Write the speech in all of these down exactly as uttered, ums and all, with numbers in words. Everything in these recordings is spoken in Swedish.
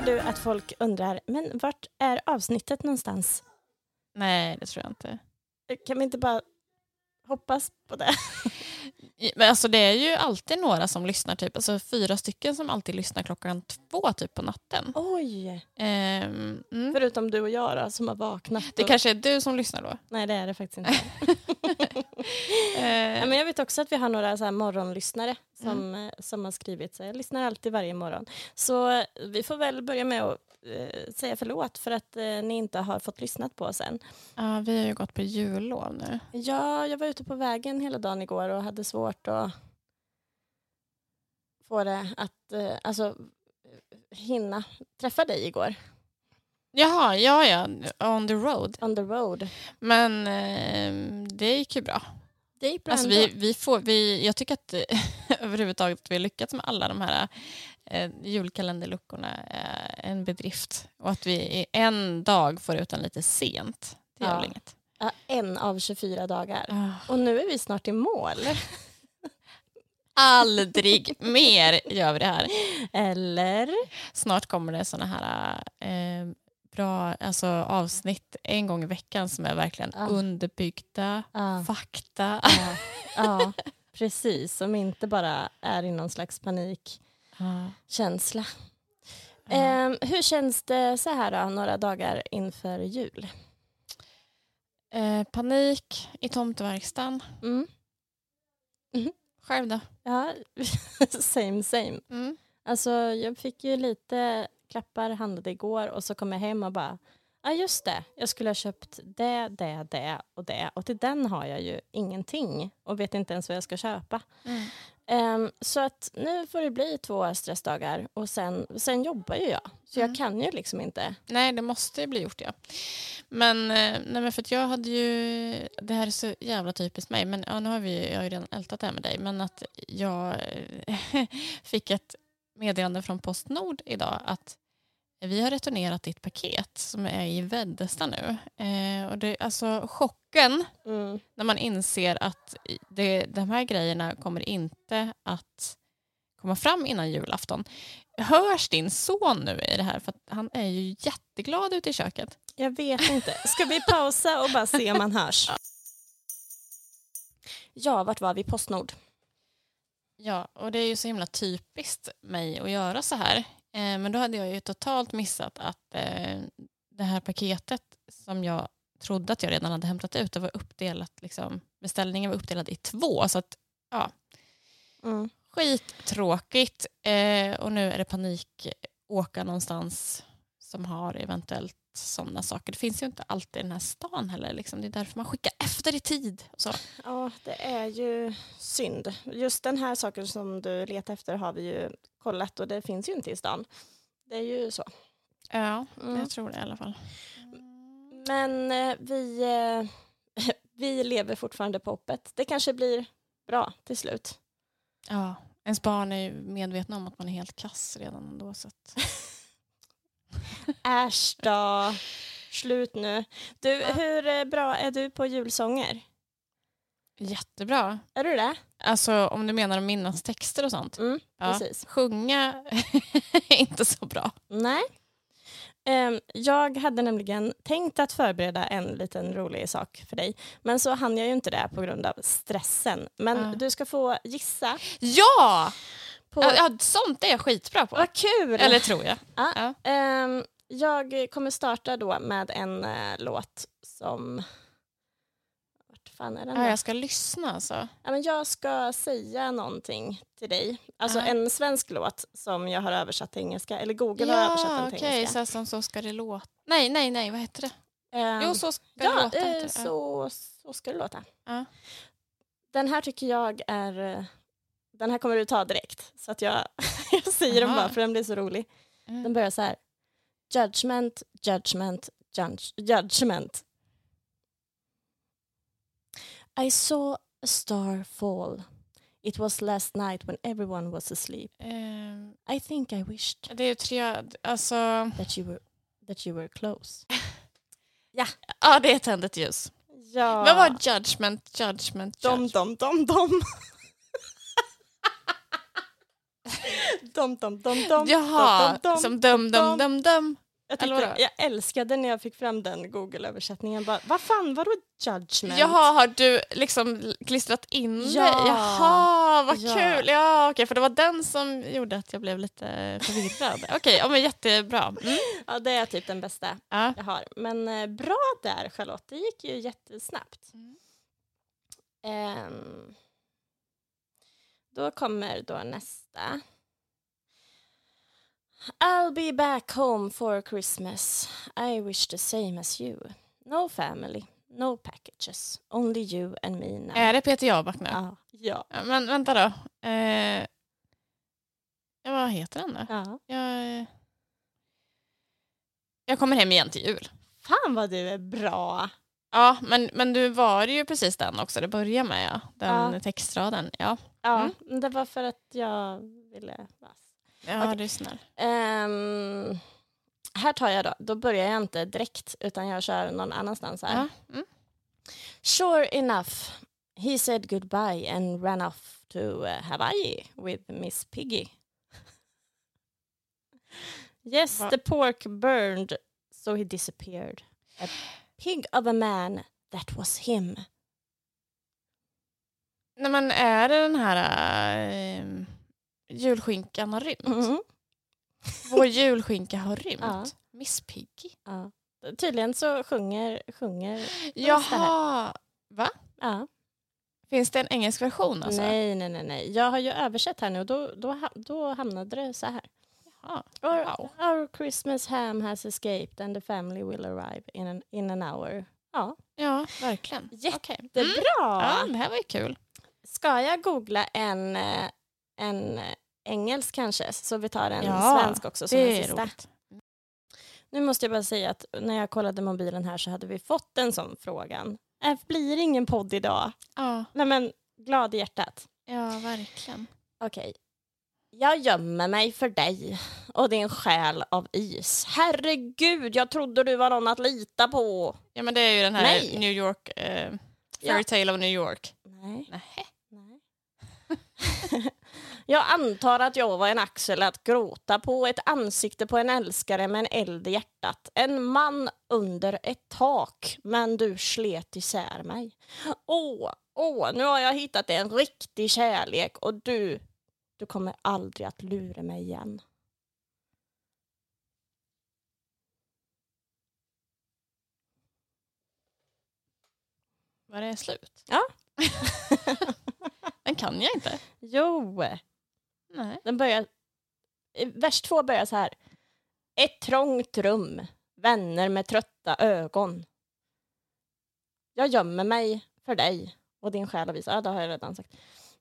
du att folk undrar, men vart är avsnittet någonstans? Nej, det tror jag inte. Kan vi inte bara hoppas på det? Men alltså det är ju alltid några som lyssnar, typ. Alltså fyra stycken som alltid lyssnar klockan två typ på natten. Oj! Ehm, mm. Förutom du och jag då, som har vaknat. Och... Det kanske är du som lyssnar då? Nej, det är det faktiskt inte. ja, men jag vet också att vi har några så här morgonlyssnare som, mm. som har skrivit. Så jag lyssnar alltid varje morgon. Så vi får väl börja med att eh, säga förlåt för att eh, ni inte har fått lyssnat på oss än. Ja, vi har ju gått på jullov nu. Ja, jag var ute på vägen hela dagen igår och hade svårt att få det att eh, alltså, hinna träffa dig igår. Jaha, ja, ja. On the road. On the road. Men eh, det gick ju bra. Det gick bra alltså, vi, vi får, vi, jag tycker att överhuvudtaget vi har lyckats med alla de här eh, julkalenderluckorna är en bedrift. Och att vi en dag får ut en lite sent. Det gör ja. inget. Ja, en av tjugofyra dagar. Oh. Och nu är vi snart i mål. Aldrig mer gör vi det här. Eller? Snart kommer det såna här eh, bra alltså, avsnitt en gång i veckan som är verkligen ja. underbyggda, ja. fakta. Ja. ja, precis. Som inte bara är i någon slags panikkänsla. Ja. Eh, hur känns det så här då, några dagar inför jul? Eh, panik i tomteverkstan. Mm. Mm. Själv då? Ja, same same. Mm. Alltså jag fick ju lite klappar handlade igår och så kom jag hem och bara, ja ah, just det, jag skulle ha köpt det, det, det och det. Och till den har jag ju ingenting och vet inte ens vad jag ska köpa. Mm. Um, så att nu får det bli två stressdagar och sen, sen jobbar ju jag. Så mm. jag kan ju liksom inte. Nej, det måste bli gjort, ja. Men, nej, men för att jag hade ju, det här är så jävla typiskt mig, men ja, nu har vi, jag har ju redan ältat det här med dig, men att jag fick ett meddelande från Postnord idag att vi har returnerat ditt paket som är i Väddesta nu. Eh, och det, alltså chocken mm. när man inser att det, de här grejerna kommer inte att komma fram innan julafton. Hörs din son nu i det här? För att han är ju jätteglad ute i köket. Jag vet inte. Ska vi pausa och bara se om han hörs? Ja, vart var vi? Postnord. Ja, och det är ju så himla typiskt mig att göra så här. Eh, men då hade jag ju totalt missat att eh, det här paketet som jag trodde att jag redan hade hämtat ut, det var uppdelat, liksom, beställningen var uppdelad i två. Så att, ja. Mm. Skittråkigt. Eh, och nu är det panik åka någonstans som har eventuellt sådana saker. Det finns ju inte alltid i den här stan heller. Liksom. Det är därför man skickar efter i tid. Och så. Ja, det är ju synd. Just den här saken som du letar efter har vi ju kollat och det finns ju inte i stan. Det är ju så. Ja, mm. jag tror det i alla fall. Men eh, vi, eh, vi lever fortfarande på hoppet. Det kanske blir bra till slut. Ja, ens barn är ju medvetna om att man är helt kass redan ändå. Så att... Äsch då. Slut nu. Du, ja. Hur bra är du på julsånger? Jättebra. Är du det? Alltså om du menar minnas texter och sånt. Mm, ja. Precis. Sjunga är inte så bra. Nej. Um, jag hade nämligen tänkt att förbereda en liten rolig sak för dig. Men så hann jag ju inte det på grund av stressen. Men ja. Du ska få gissa. Ja! På... Ja, sånt är jag skitbra på. Vad kul! Eller tror jag. Ja. Ja. Um, jag kommer starta då med en uh, låt som... Vart fan är den ja, då? jag ska lyssna alltså. Ja, men jag ska säga någonting till dig. Alltså ja. En svensk låt som jag har översatt till engelska. Eller Google ja, har översatt den till okay. engelska. Ja, okej. Så som Så ska det låta. Nej, nej, nej. Vad heter det? Um, jo, Så ska ja, det låta. Ja, så, så ska det låta. Ja. Den här tycker jag är... Den här kommer du ta direkt. Så att jag, jag säger den bara för den blir så rolig. Mm. Den börjar så här. Judgment, judgment, judge, judgment. I saw a star fall. It was last night when everyone was asleep. Um, I think I wished. Det är ju tre... Alltså... That you were, that you were close. ja. Ja, det är tänd ett ljus. Ja. Vad var judgment, judgment, judgment? Dom, dom, dom, dom. dom, dom, dom, dom. Jaha, dom, dom, dom, som dum, dum, dum, dum. Jag, tyckte, jag älskade när jag fick fram den Google-översättningen. Bara, vad fan, vadå judgment? Jaha, har du liksom klistrat in ja. det? Jaha, vad ja. kul. Ja, okej, för det var den som gjorde att jag blev lite förvirrad. Okej, ja, men jättebra. Mm. Ja, det är typ den bästa ja. jag har. Men eh, bra där, Charlotte. Det gick ju jättesnabbt. Mm. Um, då kommer då nästa. I'll be back home for Christmas. I wish the same as you. No family, no packages. Only you and me now. Är det Peter Jöback nu? Ja. ja. ja men vänta då. Eh, ja, vad heter den då? Ja. Jag, jag kommer hem igen till jul. Fan vad du är bra. Ja, men, men du var ju precis den också. Det börjar med, ja. Den ja. textraden. Ja, ja mm. det var för att jag ville... Ja, okay. Du är snäll. Um, här tar jag då. Då börjar jag inte direkt utan jag kör någon annanstans här. Ja. Mm. Sure enough, he said goodbye and ran off to uh, Hawaii with Miss Piggy. Yes, Va? The pork burned, so he disappeared. A pig of a man, that was him. Nej, men är det den här... Uh, julskinkan har rymt. Mm. Vår julskinka har rymt. Ja. Miss Piggy. Ja. Tydligen så sjunger... sjunger Jaha. Va? Ja. Finns det en engelsk version? Alltså? Nej, nej, nej, nej. Jag har ju översatt här nu och då, då, då hamnade det så här. Jaha. Our, wow. our Christmas ham has escaped and the family will arrive in an, in an hour. Ja, ja verkligen. Jättebra. Mm. Ja, det här var ju kul. Ska jag googla en... en engelsk kanske, så vi tar en ja, svensk också som en sista. Roligt. Nu måste jag bara säga att när jag kollade mobilen här så hade vi fått en sån frågan. Äh, blir det ingen podd idag? Ja. Nej, men glad i hjärtat. Ja, verkligen. Okej. Okay. Jag gömmer mig för dig och din själ av is. Herregud, jag trodde du var någon att lita på. Ja, men det är ju den här Nej. New York, uh, Fairy ja. Tale of New York. Nej. Nej. Nej. Jag antar att jag var en axel att gråta på, ett ansikte på en älskare med en eld i hjärtat. En man under ett tak, men du slet isär mig. Åh, åh, nu har jag hittat en riktig kärlek och du, du kommer aldrig att lura mig igen. Var det slut? Ja. Den kan jag inte. Jo. Nej. Den börjar... Vers två börjar så här. Ett trångt rum. Vänner med trötta ögon. Jag gömmer mig för dig. Och din själ och visa. Ja, det har jag redan sagt.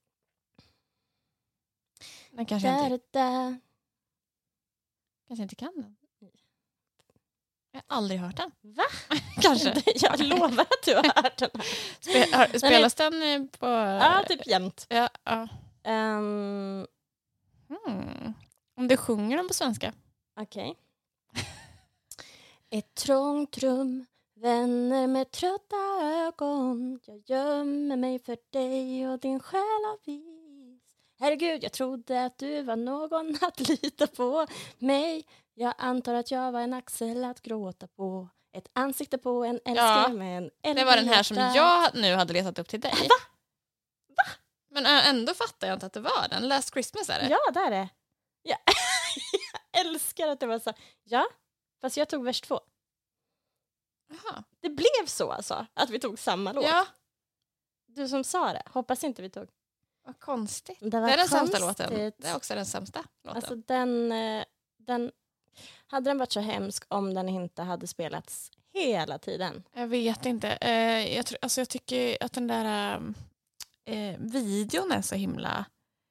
Den kanske där, inte... där. Kanske inte kan den. Jag har aldrig hört den. Va? Kanske. Jag lovar att du har hört den här. Spe, spelas den, den på... Ja, typ jämt. Ja, ja. Um... Hmm. Om du sjunger den på svenska. Okej. Okay. Ett trångt rum, vänner med trötta ögon. Jag gömmer mig för dig och din själ av is. Herregud, jag trodde att du var någon att lita på mig. Jag antar att jag var en axel att gråta på. Ett ansikte på en älskare ja, med en älskare. Det var den här som jag nu hade letat upp till dig. Va? Va? Men ändå fattar jag inte att det var den. Last Christmas är det. Ja, det är det. Ja. Jag älskar att det var så. Ja, fast jag tog vers två. Aha. Det blev så alltså, att vi tog samma låt. Ja. Du som sa det. Hoppas inte vi tog. Vad konstigt. Det, det är den konstigt. sämsta låten. Det är också den sämsta låten. Alltså den, den... Hade den varit så hemsk om den inte hade spelats hela tiden? Jag vet inte. Eh, jag, tror, alltså jag tycker att den där eh, videon är så himla...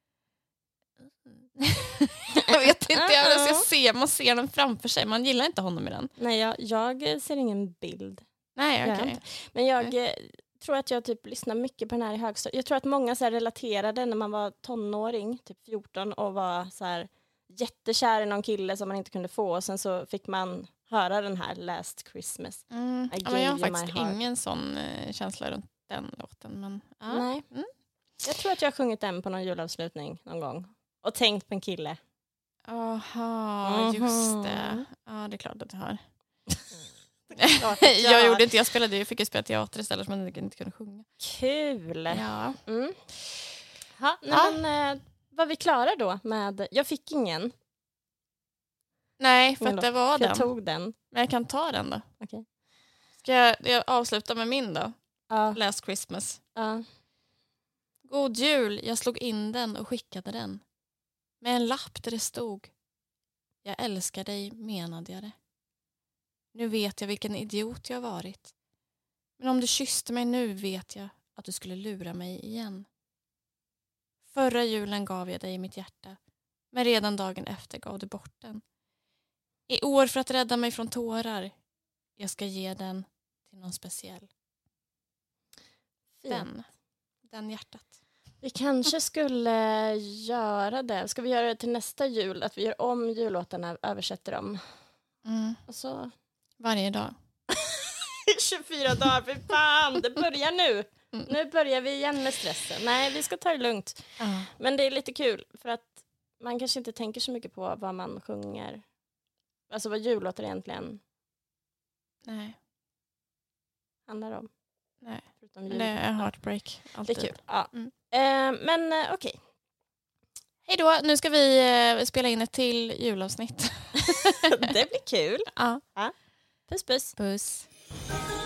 jag vet inte. Jag, jag ser, man ser den framför sig. Man gillar inte honom i den. Nej, jag, jag ser ingen bild. Nej, okej. Okay. Men jag eh, tror att jag typ lyssnar mycket på den här i högstadiet. Jag tror att många så här relaterade när man var tonåring, typ fjorton, och var så här... jättekär i någon kille som man inte kunde få och sen så fick man höra den här Last Christmas. Mm. Ja, men jag har faktiskt ingen sån eh, känsla runt den låten. Men, ja. Nej. Mm. Jag tror att jag har sjungit den på någon julavslutning någon gång. och tänkt på en kille. Aha, mm-hmm. Just det. Ja, det är klart att jag har. jag jag gjorde inte, jag spelade, jag fick ju spela teater istället så man inte kunde sjunga. Kul. Ja. Mm. Ha, nej, ja. Men eh, var vi klara då med, jag fick ingen. Nej, för att det var för den. Jag tog den. Men jag kan ta den då. Okay. Ska jag, jag avsluta med min då? Ja. Last Christmas. Ja. God jul, jag slog in den och skickade den. Med en lapp där det stod: jag älskar dig, menade jag det. Nu vet jag vilken idiot jag varit. Men om du kysste mig nu vet jag att du skulle lura mig igen. Förra julen gav jag dig mitt hjärta, men redan dagen efter gav du bort den. I år för att rädda mig från tårar, jag ska ge den till någon speciell. Fint. Den, den hjärtat. Vi kanske skulle göra det. Ska vi göra det till nästa jul? Att vi gör om jullåtarna, översätter dem. Mm. Och så... Varje dag. tjugofyra dagar, för fan! Det börjar nu. Mm. Nu börjar vi igen med stressen. Nej, vi ska ta det lugnt. Uh. Men det är lite kul, för att man kanske inte tänker så mycket på vad man sjunger. Alltså vad jullåtar egentligen Nej. handlar om. Nej, förutom det är heartbreak. Alltid. Det är kul, ja. Mm. Eh, men eh, okej. Okay. Hej då, nu ska vi eh, spela in ett till julavsnitt. Det blir kul. Ja. Ja. Puss, puss. Puss.